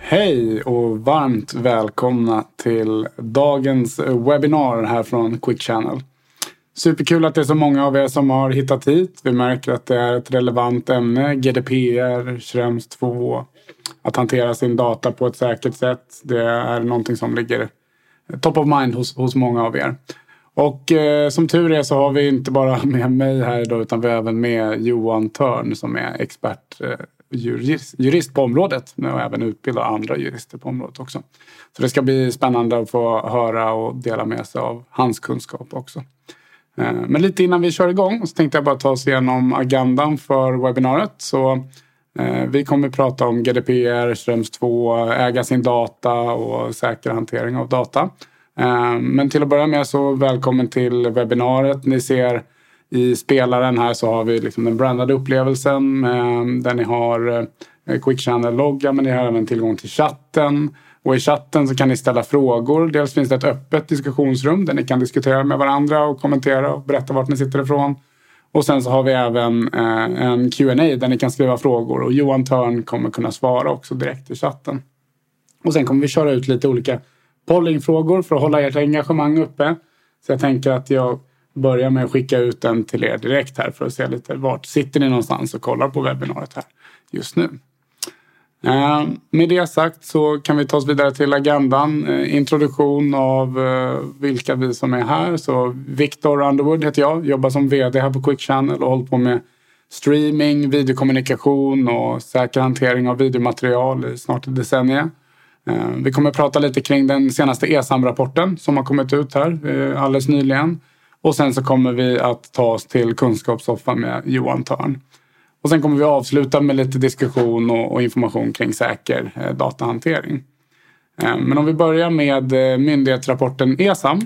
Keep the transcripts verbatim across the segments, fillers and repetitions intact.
Hej och varmt välkomna till dagens webbinar här från Quick Channel. Superkul att det är så många av er som har hittat hit. Vi märker att det är ett relevant ämne, G D P R, Schrems två, att hantera sin data på ett säkert sätt. Det är någonting som ligger top of mind hos, hos många av er. Och eh, som tur är så har vi inte bara med mig här idag utan vi har även med Johan Törn som är expert eh, jurist, jurist på området och även utbildar andra jurister på området också. Så det ska bli spännande att få höra och dela med sig av hans kunskap också. Eh, men lite innan vi kör igång så tänkte jag bara ta oss igenom agendan för webbinariet. Så eh, vi kommer att prata om G D P R, Schrems två, äga sin data och säker hantering av data. Men till att börja med så välkommen till webbinariet. Ni ser i spelaren här så har vi liksom den brandade upplevelsen där ni har Quick Channel-logga, men ni har även tillgång till chatten. Och i chatten så kan ni ställa frågor. Dels finns det ett öppet diskussionsrum där ni kan diskutera med varandra och kommentera och berätta vart ni sitter ifrån. Och sen så har vi även en Q and A där ni kan skriva frågor och Johan Törn kommer kunna svara också direkt i chatten. Och sen kommer vi köra ut lite olika pollingfrågor för att hålla ert engagemang uppe. Så jag tänker att jag börjar med att skicka ut den till er direkt här för att se lite vart sitter ni någonstans och kollar på webbinariet här just nu. Eh, med det sagt så kan vi ta oss vidare till agendan. Eh, introduktion av eh, vilka vi som är här. Så Victor Underwood heter jag, jobbar som vd här på Quick Channel och håller på med streaming, videokommunikation och säker hantering av videomaterial i snart ett decennium. Vi kommer att prata lite kring den senaste E S A M-rapporten som har kommit ut här alldeles nyligen. Och sen så kommer vi att ta oss till kunskapssoffan med Johan Törn. Och sen kommer vi avsluta med lite diskussion och, och information kring säker eh, datahantering. Eh, men om vi börjar med eh, myndighetsrapporten E S A M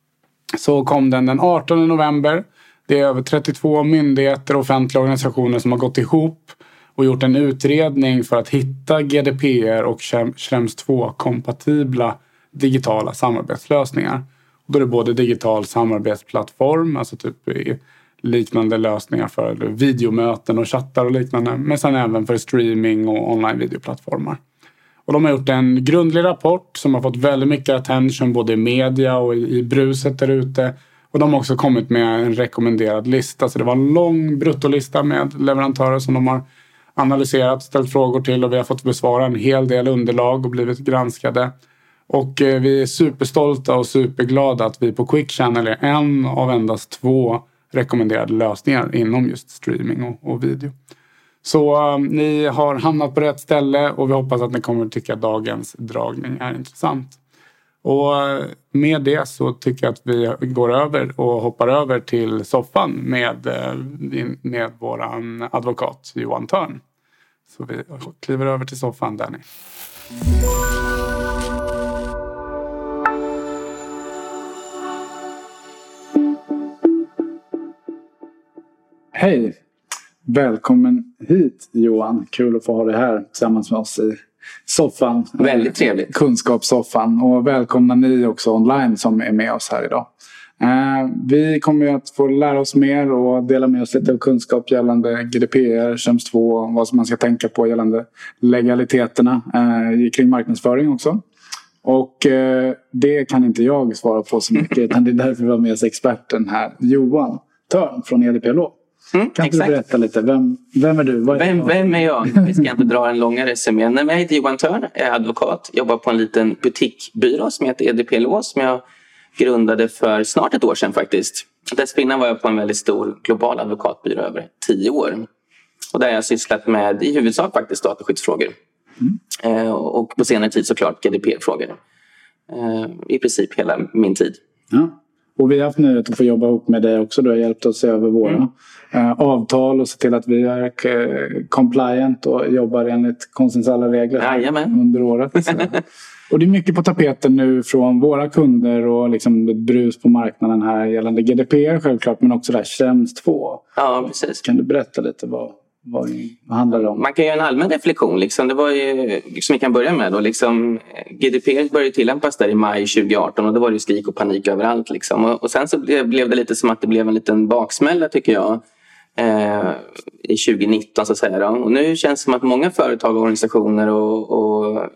så kom den den artonde november. Det är över trettiotvå myndigheter och offentliga organisationer som har gått ihop och gjort en utredning för att hitta G D P R och Schrems två-kompatibla digitala samarbetslösningar. Och då är det både digital samarbetsplattform, alltså typ liknande lösningar för videomöten och chattar och liknande. Men sen även för streaming och online-videoplattformar. Och de har gjort en grundlig rapport som har fått väldigt mycket attention både i media och i bruset där ute. Och de har också kommit med en rekommenderad lista. Så det var en lång bruttolista med leverantörer som de har analyserat, ställt frågor till och vi har fått besvara en hel del underlag och blivit granskade. Och eh, vi är superstolta och superglada att vi på Quick Channel är en av endast två rekommenderade lösningar inom just streaming och, och video. Så eh, ni har hamnat på rätt ställe och vi hoppas att ni kommer att tycka att dagens dragning är intressant. Och med det så tycker jag att vi går över och hoppar över till soffan med, med våran advokat Johan Törn. Så vi kliver över till soffan, Danny. Hej! Välkommen hit Johan. Kul att få ha dig här tillsammans med oss i soffan. Väldigt trevligt. Kunskapssoffan. Och välkomna ni också online som är med oss här idag. Eh, vi kommer att få lära oss mer och dela med oss lite av kunskap gällande G D P R, Schrems två, vad som man ska tänka på gällande legaliteterna eh, kring marknadsföring också. Och eh, det kan inte jag svara på så mycket utan det är därför vi har med oss experten här, Johan Törn från E D P L. Mm, kan exakt. Du berätta lite, vem, vem är du? Är vem, vem är jag? Vi ska inte dra en långa resumé. Nej, men jag heter Johan Törn, jag är advokat. Jobbar på en liten butikbyrå som heter E D P L som jag grundade för snart ett år sedan faktiskt. Dessförinnan var jag på en väldigt stor global advokatbyrå över tio år. Och där har jag sysslat med i huvudsak faktiskt dataskyddsfrågor. Mm. Eh, och på senare tid såklart G D P R-frågor. Eh, I princip hela min tid. Ja. Och vi har haft nöjet att få jobba ihop med dig också. Du har hjälpt oss över våra mm. eh, avtal och se till att vi är eh, compliant och jobbar enligt konstens alla regler Jajamän. under året. Så. Och det är mycket på tapeten nu från våra kunder och liksom ett brus på marknaden här gällande G D P R självklart, men också där Schrems två. Ja, precis. Kan du berätta lite vad, vad, vad handlar det om? Man kan göra en allmän reflektion. Liksom. Det var ju, som vi kan börja med då, liksom, G D P R började tillämpas där i maj tjugo arton och då var det ju skrik och panik överallt. Liksom. Och, och sen så blev, blev det lite som att det blev en liten baksmälla tycker jag. Eh, i tjugo nitton så att säga då. Och nu känns det som att många företag och organisationer och, och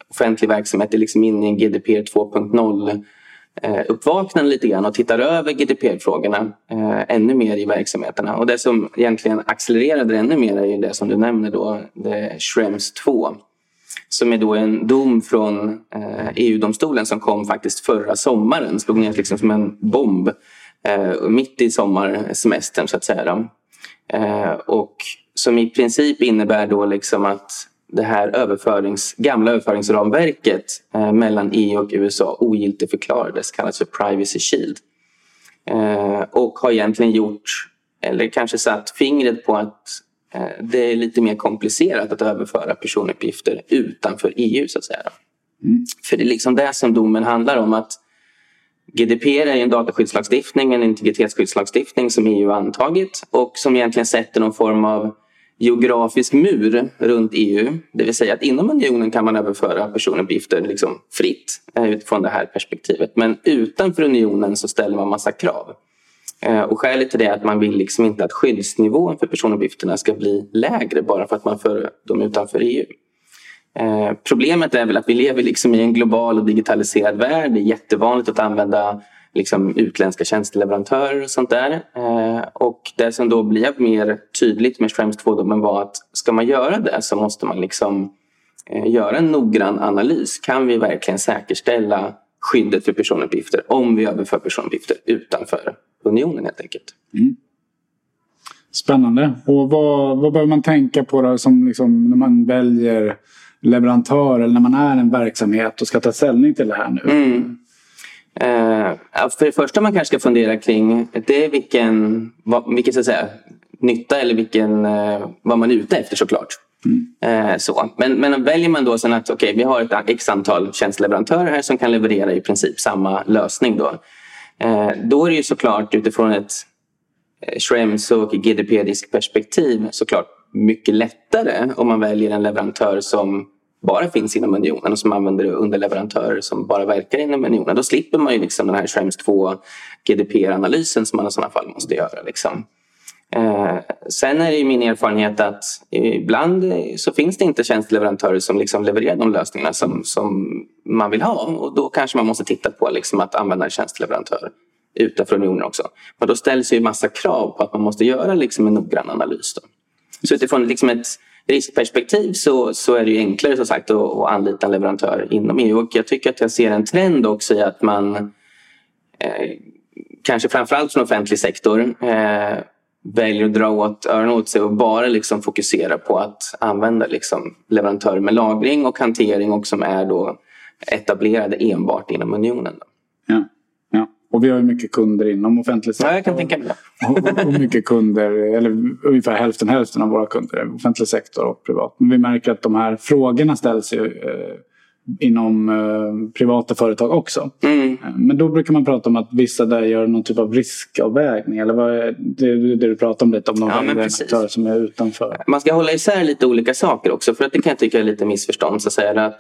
offentlig verksamhet är liksom inne i en G D P R två punkt noll eh, uppvaknande lite grann och tittar över G D P R-frågorna eh, ännu mer i verksamheterna. Och det som egentligen accelererade det ännu mer är ju det som du nämner då, det Schrems två. Som är då en dom från eh, E U-domstolen som kom faktiskt förra sommaren. Slog ner liksom som en bomb eh, mitt i sommarsemestern så att säga. Eh, och som i princip innebär då liksom att det här överförings, gamla överföringsramverket eh, mellan E U och U S A ogiltigförklarades, kallas för Privacy Shield. Eh, och har egentligen gjort, eller kanske satt fingret på att det är lite mer komplicerat att överföra personuppgifter utanför E U så att säga. Mm. För det är liksom det som domen handlar om, att G D P R är en dataskyddslagstiftning, en integritetsskyddslagstiftning som E U har antagit och som egentligen sätter någon form av geografisk mur runt E U. Det vill säga att inom unionen kan man överföra personuppgifter liksom fritt utifrån det här perspektivet. Men utanför unionen så ställer man massa krav. Och skälet till det är att man vill liksom inte att skyddsnivån för personuppgifterna ska bli lägre bara för att man för dem utanför E U. Eh, problemet är väl att vi lever liksom i en global och digitaliserad värld. Det är jättevanligt att använda liksom utländska tjänsteleverantörer och sånt där. Eh, och det som då blev mer tydligt med Schrems två-domen var att ska man göra det så måste man liksom eh, göra en noggrann analys. Kan vi verkligen säkerställa skyddet för personuppgifter om vi överför personuppgifter utanför unionen helt enkelt. Mm. Spännande. Och vad, vad behöver man tänka på då, som liksom när man väljer leverantör eller när man är en verksamhet och ska ta ställning till det här nu? Mm. Uh, för det första man kanske ska fundera kring det är vilken, vad, vilken så att säga, nytta eller vilken, uh, vad man är ute efter såklart. Mm. Uh, så. Men, men väljer man då sen att okay, vi har ett x antal tjänstleverantörer här som kan leverera i princip samma lösning då. Uh, då är det ju såklart utifrån ett Schrems och G D P R-riskperspektiv såklart mycket lättare om man väljer en leverantör som bara finns inom unionen och som använder underleverantörer som bara verkar inom unionen. Då slipper man ju liksom den här Schrems två G D P R-analysen som man i sådana fall måste göra. Liksom. Eh, sen är det ju min erfarenhet att ibland så finns det inte tjänsteleverantörer som liksom levererar de lösningarna som, som man vill ha. Och då kanske man måste titta på liksom att använda en tjänsteleverantör utanför unionen också. Men då ställs ju massa krav på att man måste göra liksom en noggrann analys. Då. Så utifrån liksom ett riskperspektiv så, så är det ju enklare som sagt att, att anlita en leverantör inom E U. Och jag tycker att jag ser en trend också i att man eh, kanske framförallt från offentlig sektor eh, väljer att dra åt öronen åt sig och bara liksom fokusera på att använda liksom leverantörer med lagring och hantering och som är då etablerade enbart inom unionen. Då. Ja. Ja. Och vi har ju mycket kunder inom offentlig sektor. Ja, jag kan tänka mig det. Och, och mycket kunder, eller ungefär hälften hälften av våra kunder är offentlig sektor och privat. Men vi märker att de här frågorna ställs ju eh, inom eh, privata företag också. Mm. Men då brukar man prata om att vissa där gör någon typ av riskavvägning. Eller vad är det, det du pratar om lite om de ja, aktörer som är utanför. Man ska hålla isär lite olika saker också. För att det kan jag tycka är lite missförstånd. Så att säga att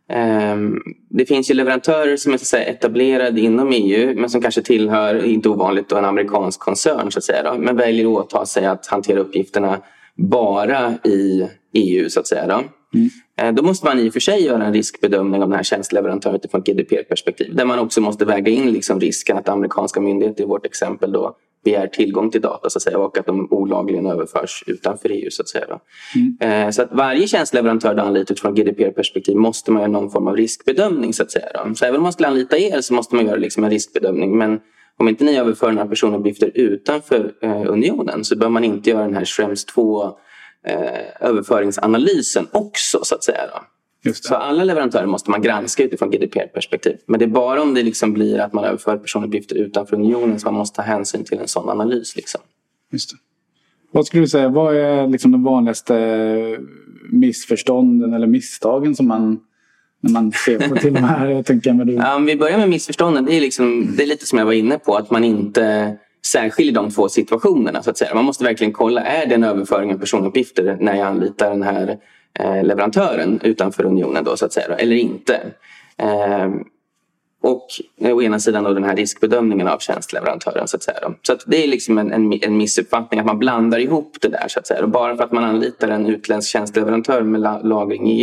Um, det finns ju leverantörer som är så att säga, etablerade inom E U men som kanske tillhör, inte ovanligt, då, en amerikansk koncern så att säga, då, men väljer att åta sig att hantera uppgifterna bara i E U så att säga. Då. Mm. Uh, då måste man i och för sig göra en riskbedömning av den här tjänstleverantören utifrån ett G D P R-perspektiv där man också måste väga in liksom, risken att amerikanska myndigheter i vårt exempel då begär tillgång till data så att säga, och att de olagligen överförs utanför E U så att säga. Mm. Eh, så att varje tjänstleverantör du anlitar utifrån G D P R-perspektiv måste man göra någon form av riskbedömning så att säga. Då. Så även om man skulle anlita er så måste man göra liksom en riskbedömning. Men om inte ni överför några personuppgifter utanför eh, unionen så bör man inte göra den här Schrems två eh, överföringsanalysen också så att säga. Då. Så alla leverantörer måste man granska utifrån G D P R-perspektiv. Men det är bara om det liksom blir att man överför personuppgifter utanför unionen som man måste ta hänsyn till en sån analys. Liksom. Just det. Vad skulle du säga, vad är liksom de vanligaste missförstånden eller misstagen som man, när man ser på till de här? Jag tänker, men du... ja, om vi börjar med missförstånden, det är, liksom, det är lite som jag var inne på, att man inte särskiljer de två situationerna. Så att säga. Man måste verkligen kolla, är det en överföring av personuppgifter när jag anlitar den här leverantören utanför unionen då, så att säga, eller inte. Eh, och å ena sidan då den här riskbedömningen av tjänstleverantören så att säga. Då. Så att det är liksom en, en, en missuppfattning att man blandar ihop det där så att säga. Och bara för att man anlitar en utländsk tjänstleverantör med la, lagring i E U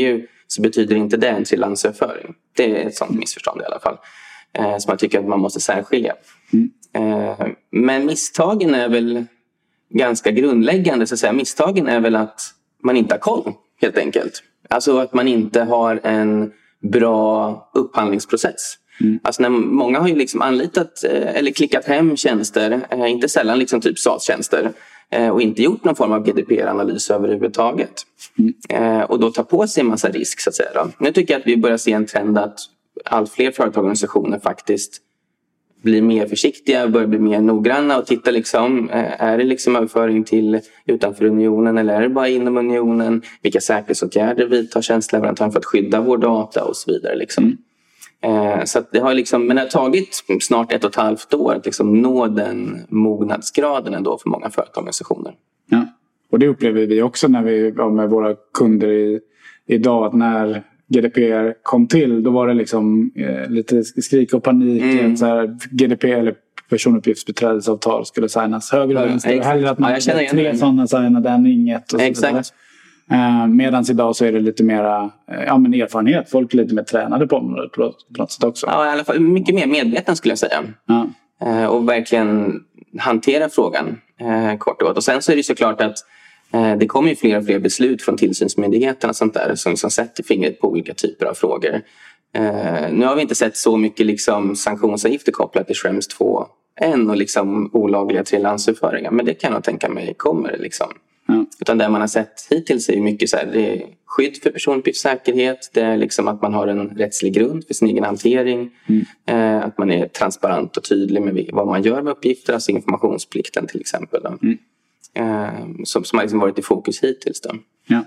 så betyder inte det en tredjelandsöverföring. Det är ett sånt missförstånd i alla fall. Eh, som jag tycker att man måste särskilja. Mm. Eh, men misstagen är väl ganska grundläggande. Så att säga. Misstagen är väl att man inte har koll, helt enkelt. Alltså att man inte har en bra upphandlingsprocess. Mm. Alltså när många har ju liksom anlitat eller klickat hem tjänster, inte sällan liksom typ S A S-tjänster, och inte gjort någon form av G D P R-analys överhuvudtaget. Mm. Och då tar på sig en massa risk, så att säga. Då. Nu tycker jag att vi börjar se en trend att allt fler företagsorganisationer faktiskt blir mer försiktiga, börjar bli mer noggranna och titta liksom, är det liksom överföring till utanför unionen eller är det bara inom unionen? Vilka säkerhetsåtgärder vidtar tjänstleverantören för att skydda vår data och så vidare liksom. Mm. Så att det har liksom, men det har tagit snart ett och ett halvt år att liksom nå den mognadsgraden ändå för många företagsorganisationer. Ja, och det upplever vi också när vi var med våra kunder i, idag, att när G D P R kom till, då var det liksom eh, lite skrik och panik. Mm. Så här, G D P R eller personuppgiftsbeträdesavtal skulle signas högre och vänster. Hellre att man ja, hade tre sådana signade än inget. Och exakt. Eh, Medan idag så är det lite mera eh, ja, men erfarenhet. Folk är lite mer tränade på området på något sätt också. Ja, i alla fall mycket mer medveten skulle jag säga. Ja. Eh, och verkligen hantera frågan eh, kort och gott. Och sen så är det såklart att eh, det kommer ju fler och fler beslut från tillsynsmyndigheterna och sånt där som, som sätter fingret på olika typer av frågor. Eh, nu har vi inte sett så mycket liksom, sanktionsavgifter kopplat till Schrems två än och liksom olagliga tredjelandsöverföringar. Men det kan jag tänka mig kommer liksom. Mm. Utan det man har sett hittills är mycket så här, det är skydd för personuppgiftssäkerhet, det är liksom att man har en rättslig grund för sin egen hantering, mm. eh, att man är transparent och tydlig med vad man gör med uppgifter, alltså informationsplikten till exempel då. Mm. Eh, som, som har liksom varit i fokus hittills då. Ja,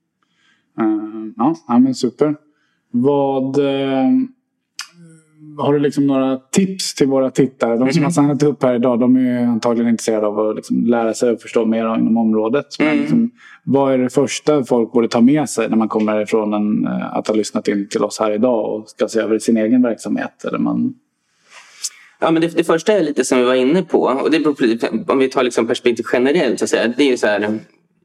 uh, ja, ja men super. Vad uh... Har du liksom några tips till våra tittare? De som har signat upp här idag, de är antagligen intresserade av att liksom lära sig och förstå mer inom området. Men liksom, vad är det första folk borde ta med sig när man kommer ifrån en, att ha lyssnat in till oss här idag och ska se över sin egen verksamhet? Eller man... Ja, men det, det första är lite som vi var inne på. Och det beror på, om vi tar liksom perspektiv generellt så att säga, det är ju så här...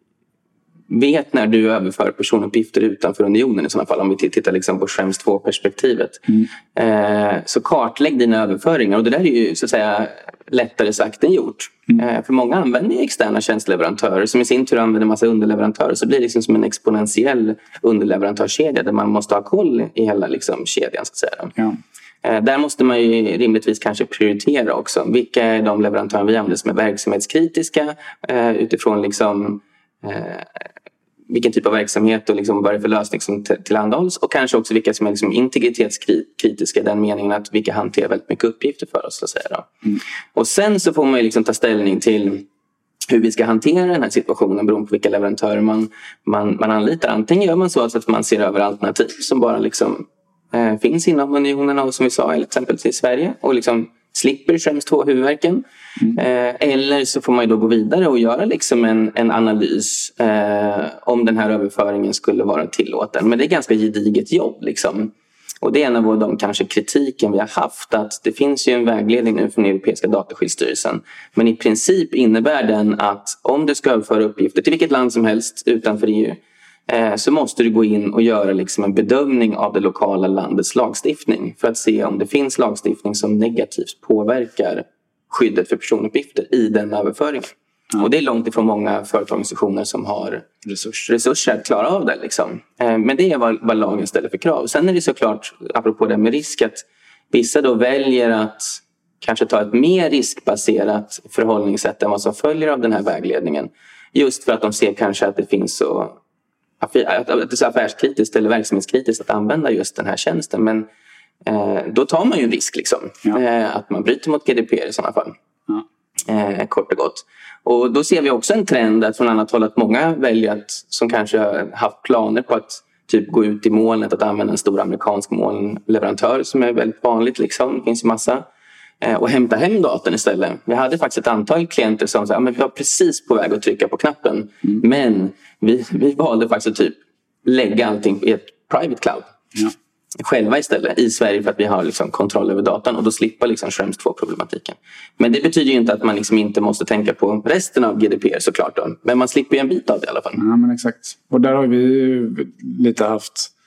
Vet när du överför personuppgifter utanför unionen i sådana fall, om vi tittar liksom på Schrems två-perspektivet. Mm. Eh, så kartlägg dina överföringar, och det där är ju så att säga lättare sagt än gjort. Mm. Eh, för många använder ju externa tjänstleverantörer som i sin tur använder en massa underleverantörer, så blir det liksom som en exponentiell underleverantörskedja där man måste ha koll i hela liksom kedjan, så att säga. Ja. Eh, där måste man ju rimligtvis kanske prioritera också. Vilka är de leverantörer vi använder som är verksamhetskritiska eh, utifrån liksom Eh, vilken typ av verksamhet och liksom vad det är för lösning som t- tillhandahålls, och kanske också vilka som är liksom integritetskritiska i den meningen att vilka hanterar väldigt mycket uppgifter för oss, så att säga då. Mm. Och sen så får man ju liksom ta ställning till hur vi ska hantera den här situationen beroende på vilka leverantörer man, man, man anlitar. Antingen gör man så att man ser över alternativ som bara liksom eh, finns inom unionen och som vi sa, eller exempelvis i Sverige, och liksom slipper Schrems två huvudverken. Mm. Eh, eller så får man ju då gå vidare och göra liksom en, en analys eh, om den här överföringen skulle vara tillåten. Men det är ganska gediget jobb liksom. Och det är en av de kanske kritiken vi har haft, att det finns ju en vägledning nu från Europeiska dataskyddsstyrelsen. Men i princip innebär den att om du ska överföra uppgifter till vilket land som helst utanför E U, eh, så måste du gå in och göra liksom en bedömning av det lokala landets lagstiftning för att se om det finns lagstiftning som negativt påverkar skyddet för personuppgifter i den överföringen. Ja. Och det är långt ifrån många företagsorganisationer som har resurser, resurser att klara av det. Liksom. Men det är vad, vad lagen ställer för krav. Sen är det såklart, apropå det med risk, att vissa då väljer att kanske ta ett mer riskbaserat förhållningssätt än vad som följer av den här vägledningen. Just för att de ser kanske att det finns så, att det är så affärskritiskt eller verksamhetskritiskt att använda just den här tjänsten. Men Eh, då tar man ju en risk liksom, ja. eh, att man bryter mot G D P R i sådana fall, ja. eh, kort och gott. Och då ser vi också en trend att från annat håll att många väljer att, som kanske har haft planer på att typ gå ut i molnet, att använda en stor amerikansk molnleverantör som är väldigt vanligt liksom, det finns ju massa, eh, och hämta hem datorn istället. Vi hade faktiskt ett antal klienter som sa, ja, men vi var precis på väg att trycka på knappen, mm. men vi, vi valde faktiskt att typ lägga allting i ett private cloud. Ja. Själva istället i Sverige, för att vi har liksom kontroll över datan, och då slipper liksom Schrems två-problematiken. Men det betyder ju inte att man liksom inte måste tänka på resten av G D P R såklart då. Men man slipper ju en bit av det i alla fall. Ja, men exakt. Och där har vi lite haft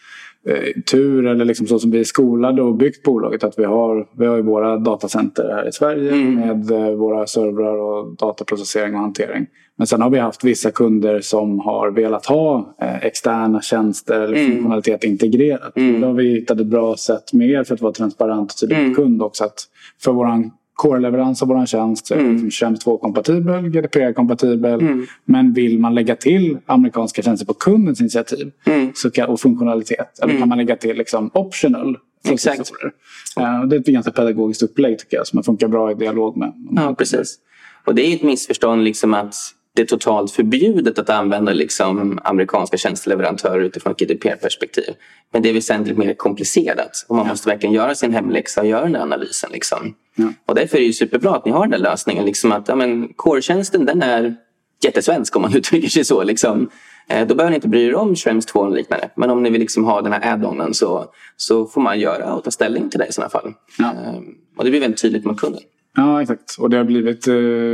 eh, tur eller liksom så som vi är skolade och byggt bolaget, att vi har, vi har ju våra datacenter här i Sverige mm. med eh, våra servrar och dataprocessering och hantering. Men sen har vi haft vissa kunder som har velat ha eh, externa tjänster eller mm. funktionalitet integrerat. Mm. Då har vi hittat ett bra sätt med för att vara transparent och tydlig mm. kund också. Att för våran core-leverans av vår tjänst mm. Schrems två-kompatibel, G D P R-kompatibel. Mm. Men vill man lägga till amerikanska tjänster på kundens initiativ mm. så kan, och funktionalitet, eller mm. kan man lägga till liksom optional. Exakt. Uh, det är ett ganska pedagogiskt upplägg tycker jag, som funkar bra i dialog med. Ja, precis. Och det är ett missförstånd liksom att det är totalt förbjudet att använda liksom amerikanska tjänsteleverantörer utifrån ett G D P R-perspektiv. Men det är väsentligt mer komplicerat. Och man ja. måste verkligen göra sin hemläxa och göra den analysen. Liksom. Ja. Och därför är det ju superbra att ni har den där lösningen. Liksom att ja, men core-tjänsten den är jättesvensk om man uttrycker sig så. Liksom. Eh, då behöver ni inte bry er om Schrems två och liknande. Men om ni vill liksom ha den här add-onen så, så får man göra och ta ställning till det i sådana fall. Ja. Eh, och det blir väldigt tydligt mot kunden. Ja, exakt. Och det har blivit eh,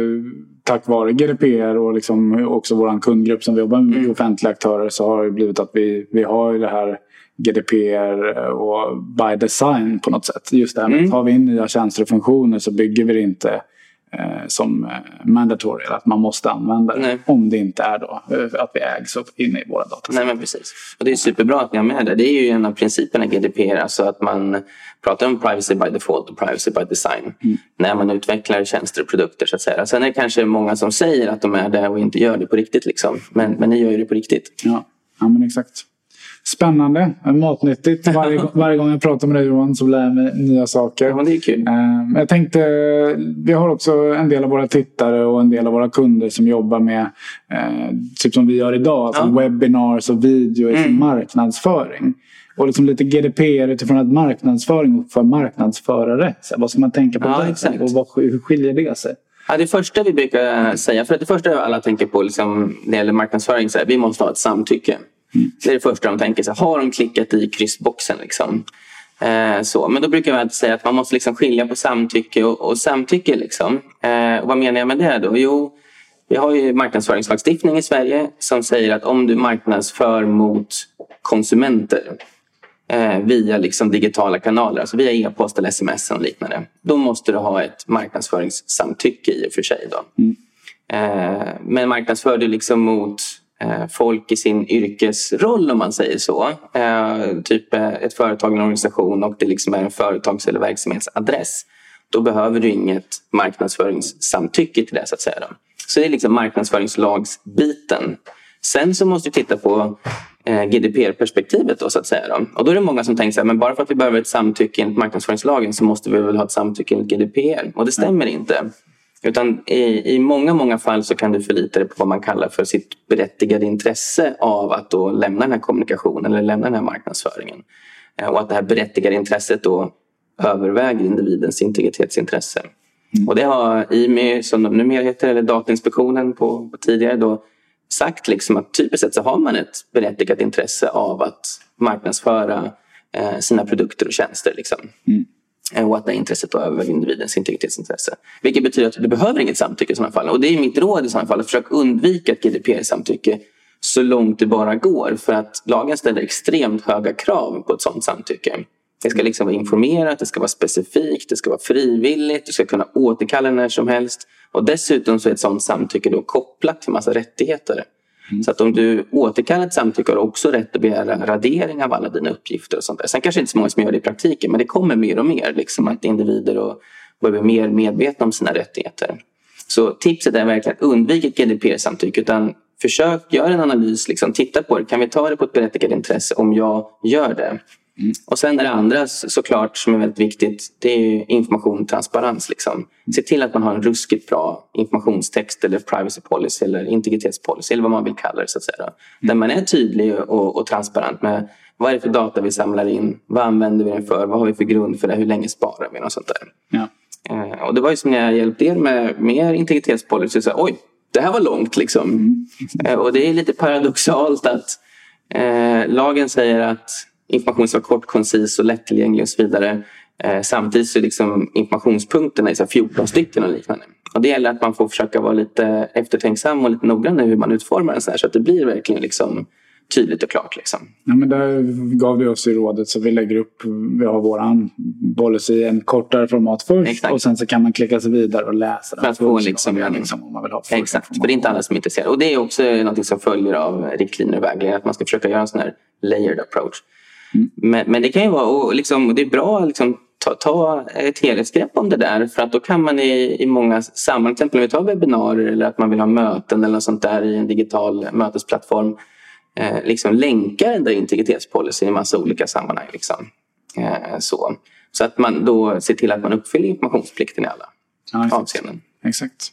tack vare G D P R och liksom också vår kundgrupp som vi jobbar med mm. offentliga aktörer, så har det blivit att vi, vi har det här G D P R och by design på något sätt. Just det här med mm. att tar vi in nya tjänster och funktioner så bygger vi det inte eh, som eh, mandatory, att man måste använda det. Nej. Om det inte är då eh, att vi ägs upp inne i våra data. Nej, men precis. Och det är superbra att ni har med det. Det är ju en av principerna i G D P R, alltså att man pratar om privacy by default och privacy by design mm. när man utvecklar tjänster och produkter så att säga. Sen är det kanske många som säger att de är det och inte gör det på riktigt liksom. Men, men ni gör ju det på riktigt. Ja, ja men exakt. Spännande, matnyttigt. Varje, varje gång jag pratar med dig Johan så lär jag mig nya saker. Ja, det är kul. Uh, jag tänkte, vi har också en del av våra tittare och en del av våra kunder som jobbar med uh, typ som vi gör idag, alltså ja. webinars och video i mm. marknadsföring. Och liksom lite G D P R utifrån att marknadsföring för marknadsförare. Så vad ska man tänka på ja, där? Exakt. Och vad, hur skiljer det sig? Ja, det första vi brukar säga, för att det första alla tänker på liksom, när det gäller marknadsföring, så här, vi måste ha ett samtycke. Mm. Det är det första de tänker. Så har de klickat i kryssboxen liksom? Eh, så. Men då brukar jag säga att man måste liksom skilja på samtycke och, och samtycke. Liksom. Eh, och vad menar jag med det då? Jo, vi har ju marknadsföringslagstiftning i Sverige som säger att om du marknadsför mot konsumenter eh, via liksom digitala kanaler, alltså via e-post eller sms och liknande, då måste du ha ett marknadsföringssamtycke i och för sig. Då. Mm. Eh, men marknadsför du liksom mot folk i sin yrkesroll om man säger så. Eh, typ ett företag, en organisation och det liksom är en företags- eller verksamhetsadress. Då behöver du inget marknadsföringssamtycke till det så att säga. Då. Så det är liksom marknadsföringslagsbiten. Sen så måste du titta på eh, G D P R-perspektivet då så att säga. Då. Och då är det många som tänker så här, men bara för att vi behöver ett samtycke enligt marknadsföringslagen så måste vi väl ha ett samtycke enligt G D P R. Och det stämmer mm. inte. Utan i, i många, många fall så kan du förlita dig på vad man kallar för sitt berättigade intresse av att då lämna den här kommunikationen eller lämna den här marknadsföringen. Och att det här berättigade intresset då överväger individens integritetsintresse. Mm. Och det har I M E, som de numera heter, eller Datainspektionen på, på tidigare då, sagt liksom att typiskt sett så har man ett berättigat intresse av att marknadsföra eh, sina produkter och tjänster liksom. Mm. Och att det intresset då överväger individens integritetsintresse. Vilket betyder att du behöver inget samtycke i sådana fall. Och det är mitt råd i sådana fall, att försöka undvika ett G D P R-samtycke så långt det bara går. För att lagen ställer extremt höga krav på ett sådant samtycke. Det ska liksom vara informerat, det ska vara specifikt, det ska vara frivilligt, du ska kunna återkalla när som helst. Och dessutom så är ett sådant samtycke då kopplat till massa rättigheter. Mm. Så att om du återkallar ett samtycke har du också rätt att begära radering av alla dina uppgifter och sånt där. Sen kanske inte så många som gör det i praktiken, men det kommer mer och mer liksom, att individer och börjar bli mer medvetna om sina rättigheter. Så tipset är verkligen att undvika ett G D P R-samtycke, utan försök göra en analys, liksom, titta på det. Kan vi ta det på ett berättigat intresse om jag gör det? Mm. Och sen är det andra såklart som är väldigt viktigt, det är information och transparens. Liksom. Se till att man har en ruskigt bra informationstext eller privacy policy eller integritetspolicy eller vad man vill kalla det så att säga. Mm. Där man är tydlig och, och transparent med vad är det för data vi samlar in, vad använder vi den för, vad har vi för grund för det, hur länge sparar vi och sånt där. Ja. Eh, och det var ju som när jag hjälpte er med mer integritetspolicy, så oj, det här var långt liksom. Mm. Eh, och det är lite paradoxalt att eh, lagen säger att information ska vara kort, koncis och lättillgänglig och så vidare. Eh, samtidigt så är liksom informationspunkterna är så fjorton stycken och liknande. Och det gäller att man får försöka vara lite eftertänksam och lite noggrann i hur man utformar den så här, så att det blir verkligen liksom tydligt och klart. Liksom. Ja, men där gav vi oss i rådet så vi lägger upp, vi har våran policy i en kortare format först. Exakt. Och sen så kan man klicka sig vidare och läsa den. För att få liksom, en, liksom om man vill ha. Exakt, för det är inte alla som är intresserade. Och det är också något som följer av riktlinjer och vägledningar, att man ska försöka göra en sån här layered approach. Mm. Men, men det kan ju vara, och liksom, det är bra liksom Ta, ta ett helhetsgrepp om det där, för att då kan man i, i många sammanhang, till exempel när vi tar webbinarier eller att man vill ha möten eller något sånt där i en digital mötesplattform, eh, liksom länka den där integritetspolicyn i massa olika sammanhang. Liksom. Eh, så. så att man då ser till att man uppfyller informationsplikten i alla ja, avseenden. Exakt.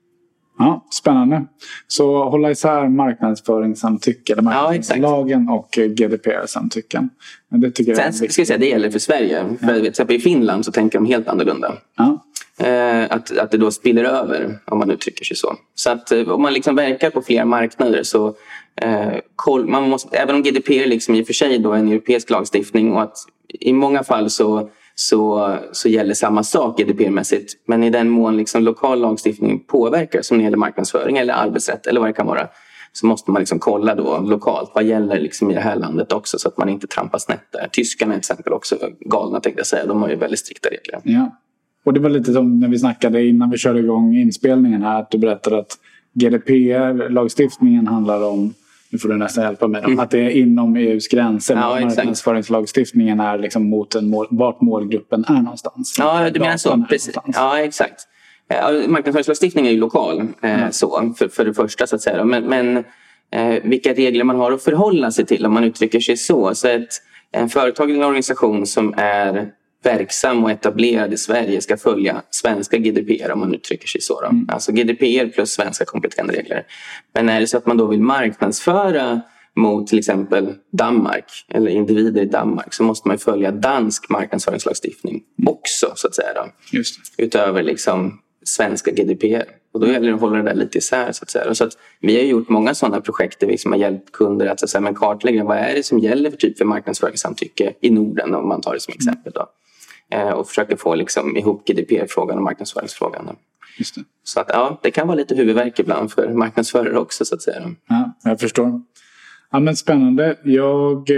Ja, spännande. Så hålla isär marknadsföringssamtycke eller marknadslagen ja, och G D P R-samtycken. Det tycker Sen, jag är ska jag säga, det gäller för Sverige. Ja. För till exempel i Finland så tänker de helt annorlunda. Ja. Eh, att, att det då spiller över, om man uttrycker sig så. Så att om man liksom verkar på fler marknader så eh, koll, man måste, även om G D P R liksom i och för sig då är en europeisk lagstiftning och att i många fall så Så, så gäller samma sak G D P R-mässigt. Men i den mån liksom lokal lagstiftning påverkar, som det gäller marknadsföring eller arbetsrätt eller vad det kan vara, så måste man liksom kolla då lokalt vad gäller liksom i det här landet också, så att man inte trampar snett där. Tyskarna till exempel också galna, tänkte jag säga. De har ju väldigt strikta regler. Ja. Och det var lite som när vi snackade innan vi körde igång inspelningen här, att du berättade att G D P R-lagstiftningen handlar om, nu får du nästan hjälpa mig, mm. att det är inom E U:s gränser. Ja, marknadsföringslagstiftningen är liksom mot en mål, vart målgruppen är någonstans. Ja, du menar så. Precis. Ja, exakt. Marknadsföringslagstiftningen är ju lokal eh, mm. så, för, för det första så att säga. Men, men eh, vilka regler man har att förhålla sig till, om man uttrycker sig så. Så ett, en företag eller en organisation som är verksam och etablerad i Sverige ska följa svenska G D P R, om man uttrycker sig så. Då. Mm. Alltså G D P R plus svenska kompletterande regler. Men är det så att man då vill marknadsföra mot till exempel Danmark eller individer i Danmark, så måste man följa dansk marknadsföringslagstiftning mm. också, så att säga. Då. Just det. Utöver liksom svenska G D P R. Och då gäller det att hålla det där lite isär, så att säga. Och så att vi har gjort många sådana projekt där vi liksom har hjälpt kunder att, så att säga, men kartlägga vad är det som gäller för typ för marknadsföringssamtycke i Norden, om man tar det som exempel då. Och försöka få liksom ihop G D P R-frågan och marknadsföringsfrågan. Just det. Så att ja, det kan vara lite huvudvärk ibland för marknadsförare också, så att säga. Ja, jag förstår. Ja, men spännande. Jag,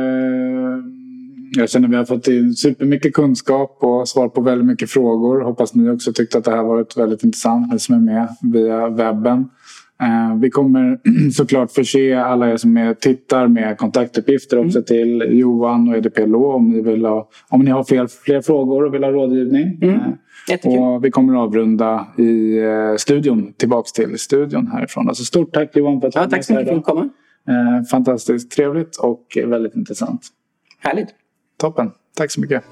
eh, jag känner att vi har fått in supermycket kunskap och svar på väldigt mycket frågor. Hoppas ni också tyckte att det här varit väldigt intressant, ni som är med via webben. Eh, vi kommer såklart förse alla er som är, tittar med kontaktuppgifter också mm. till Johan och E D P L O om ni, vill ha, om ni har fler, fler frågor och vill ha rådgivning. Mm. Eh, och vi kommer avrunda i eh, studion, tillbaks till studion härifrån. Alltså stort tack Johan för att du ja, tack så mycket för att du kom. Eh, fantastiskt trevligt och väldigt intressant. Härligt. Toppen. Tack så mycket.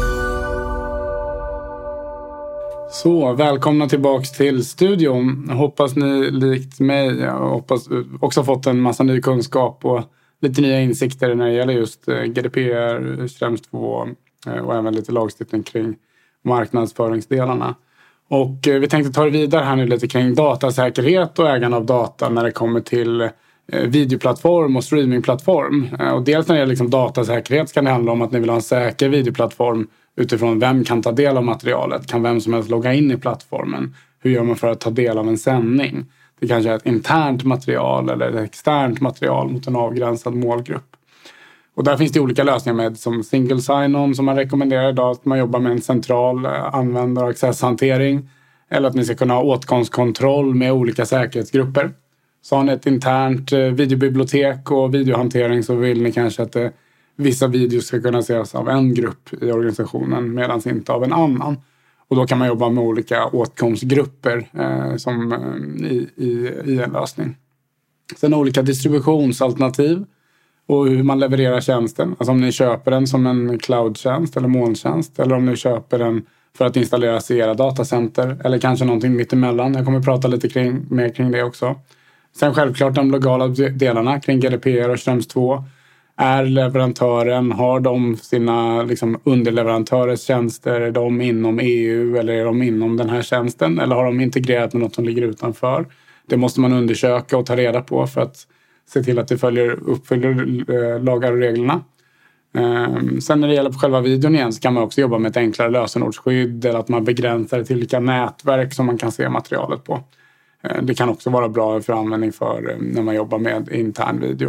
Så, välkomna tillbaks till studion. Jag hoppas ni likt mig, jag hoppas också fått en massa ny kunskap och lite nya insikter när det gäller just G D P R, Schrems två och även lite lagstiftning kring marknadsföringsdelarna. Och vi tänkte ta det vidare här nu lite kring datasäkerhet och ägande av data när det kommer till videoplattform och streamingplattform. Och dels när det gäller liksom datasäkerhet kan det handla om att ni vill ha en säker videoplattform utifrån vem kan ta del av materialet. Kan vem som helst logga in i plattformen? Hur gör man för att ta del av en sändning? Det kanske är ett internt material eller ett externt material mot en avgränsad målgrupp. Och där finns det olika lösningar med som single sign-on som man rekommenderar idag. Att man jobbar med en central användar- och accesshantering. Eller att ni ska kunna ha åtkomstkontroll med olika säkerhetsgrupper. Så har ni ett internt videobibliotek och videohantering så vill ni kanske att det, vissa videos ska kunna ses av en grupp i organisationen medan inte av en annan. Och då kan man jobba med olika åtkomstgrupper eh, som, eh, i, i, i en lösning. Sen olika distributionsalternativ och hur man levererar tjänsten. Alltså om ni köper den som en cloudtjänst eller molntjänst eller om ni köper den för att installera i era datacenter eller kanske någonting mittemellan. Jag kommer prata lite kring, mer kring det också. Sen självklart de legala delarna kring G D P R och Schrems två. Är leverantören, har de sina liksom, underleverantörers tjänster, är de inom E U eller är de inom den här tjänsten? Eller har de integrerat med något som ligger utanför? Det måste man undersöka och ta reda på för att se till att det följer, uppfyller eh, lagar och reglerna. Um, sen när det gäller på själva videon igen så kan man också jobba med ett enklare lösenordsskydd eller att man begränsar det till vilka nätverk som man kan se materialet på. Uh, det kan också vara bra för användning för uh, när man jobbar med intern video.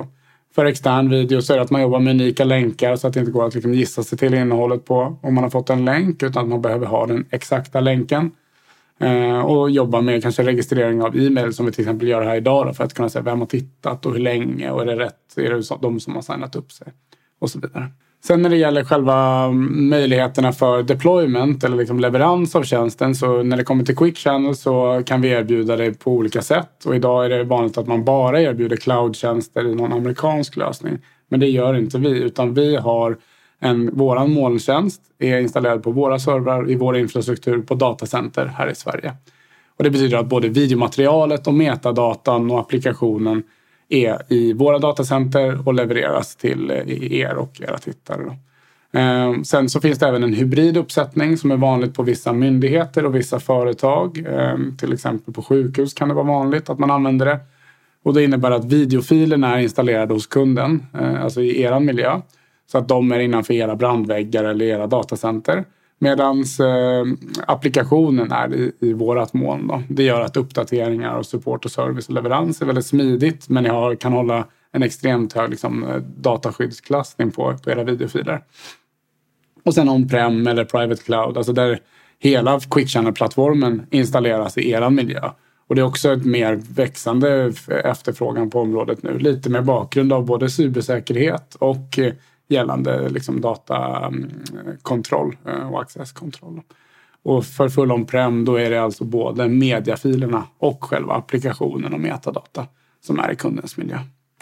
För extern video så är det att man jobbar med unika länkar så att det inte går att liksom gissa sig till innehållet på om man har fått en länk, utan att man behöver ha den exakta länken. Eh, och jobba med kanske registrering av e-mail som vi till exempel gör här idag då, för att kunna säga vem har tittat och hur länge och är det rätt, är det de som har signat upp sig och så vidare. Sen när det gäller själva möjligheterna för deployment eller liksom leverans av tjänsten, så när det kommer till Quick Channel så kan vi erbjuda det på olika sätt. Och idag är det vanligt att man bara erbjuder cloud-tjänster i någon amerikansk lösning. Men det gör inte vi, utan vi har en, våran molntjänst är installerad på våra servrar i vår infrastruktur på datacenter här i Sverige. Och det betyder att både videomaterialet och metadatan och applikationen är i våra datacenter och levereras till er och era tittare. Då. Eh, sen så finns det även en hybriduppsättning som är vanligt på vissa myndigheter och vissa företag. Eh, till exempel på sjukhus kan det vara vanligt att man använder det. Och det innebär att videofilerna är installerade hos kunden, eh, alltså i er miljö. Så att de är innanför era brandväggar eller era datacenter. Medan eh, applikationen är i, i vårat moln. Då. Det gör att uppdateringar och support och service och leverans är väldigt smidigt. Men ni har, kan hålla en extremt hög liksom, dataskyddsklassning på, på era videofiler. Och sen on-prem eller private cloud. Alltså där hela Quick Channel-plattformen installeras i er miljö. Och det är också ett mer växande efterfrågan på området nu. Lite med bakgrund av både cybersäkerhet och gällande liksom datakontroll och accesskontroll. Och för full on-prem då är det alltså både mediafilerna och själva applikationen och metadata som är i kundens miljö.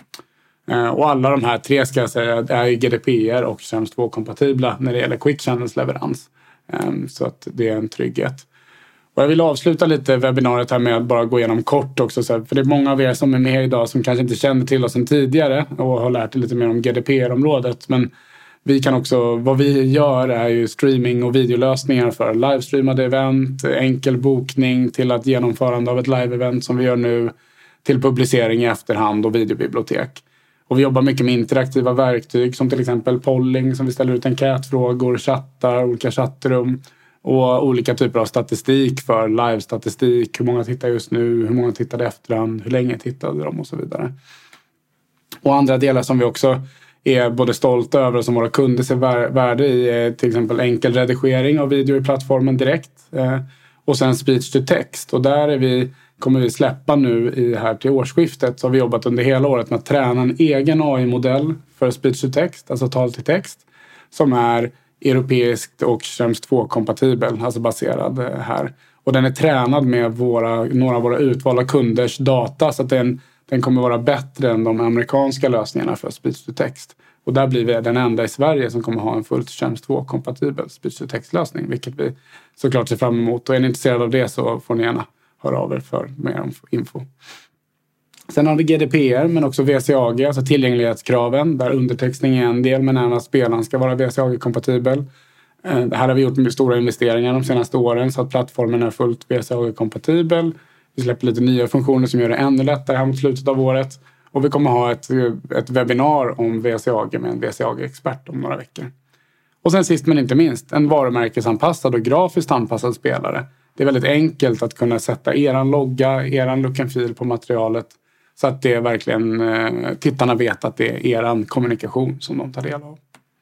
Och alla de här tre ska jag säga är G D P R och Schrems två-kompatibla när det gäller Quick Channels leverans. Så att det är en trygghet. Och jag vill avsluta lite webbinariet här med att bara gå igenom kort också. För det är många av er som är med idag som kanske inte känner till oss sedan tidigare och har lärt er lite mer om G D P R-området. Men vi kan också, vad vi gör är ju streaming och videolösningar för livestreamade event, enkel bokning till att genomförande av ett live-event som vi gör nu, till publicering i efterhand och videobibliotek. Och vi jobbar mycket med interaktiva verktyg som till exempel polling som vi ställer ut enkätfrågor, chattar, olika chattrum. Och olika typer av statistik för live-statistik. Hur många tittar just nu? Hur många tittade efterhand? Hur länge tittade de? Och så vidare. Och andra delar som vi också är både stolta över och som våra kunder ser värde i är till exempel enkel redigering av video i plattformen direkt. Och sen speech to text. Och där är vi, kommer vi släppa nu i här till årsskiftet. Så har vi jobbat under hela året med att träna en egen A I-modell för speech to text. Alltså tal till text. Som är europeiskt och Schrems två-kompatibel, alltså baserad här. Och den är tränad med våra, några av våra utvalda kunders data så att den, den kommer vara bättre än de amerikanska lösningarna för speech to text. Och där blir vi den enda i Sverige som kommer ha en fullt Schrems två-kompatibel speech to text-lösning, vilket vi såklart ser fram emot. Och är ni intresserade av det så får ni gärna höra av er för mer info. Sen har vi G D P R men också V C A G, alltså tillgänglighetskraven där undertextning är en del men även att spelaren ska vara V C A G-kompatibel. Här har vi gjort stora investeringar de senaste åren så att plattformen är fullt V C A G-kompatibel. Vi släpper lite nya funktioner som gör det ännu lättare här mot slutet av året. Och vi kommer ha ett, ett webbinar om V C A G med en V C A G-expert om några veckor. Och sen sist men inte minst, en varumärkesanpassad och grafiskt anpassad spelare. Det är väldigt enkelt att kunna sätta eran logga, eran look and feel på materialet. Så att det verkligen eh, tittarna vet att det är eran kommunikation som de tar del av.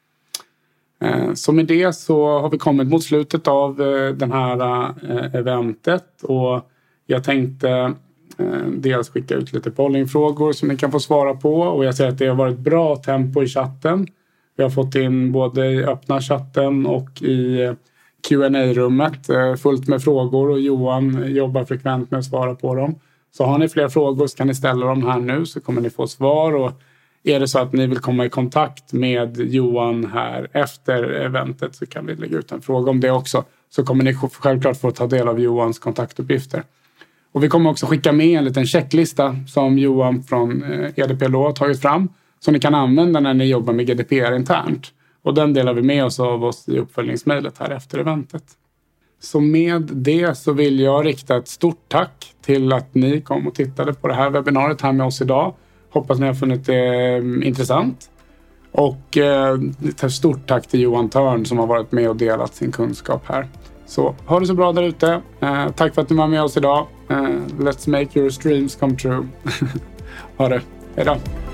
Eh, så med det så har vi kommit mot slutet av eh, den här eh, eventet. Och jag tänkte eh, dels skicka ut lite pollingfrågor som ni kan få svara på. Och jag ser att det har varit bra tempo i chatten. Vi har fått in både i öppna chatten och i eh, Q and A-rummet eh, fullt med frågor. Och Johan jobbar frekvent med att svara på dem. Så har ni fler frågor så kan ni ställa dem här nu så kommer ni få svar. Och är det så att ni vill komma i kontakt med Johan här efter eventet så kan vi lägga ut en fråga om det också. Så kommer ni självklart få ta del av Johans kontaktuppgifter. Och vi kommer också skicka med en liten checklista som Johan från E D P L O har tagit fram. Som ni kan använda när ni jobbar med G D P R internt. Och den delar vi med oss av oss i uppföljningsmejlet här efter eventet. Så med det så vill jag rikta ett stort tack till att ni kom och tittade på det här webbinariet här med oss idag. Hoppas ni har funnit det intressant. Och eh, ett stort tack till Johan Törn som har varit med och delat sin kunskap här. Så ha det så bra där ute. Eh, tack för att ni var med oss idag. Eh, let's make your streams come true. Ha det. Hej då.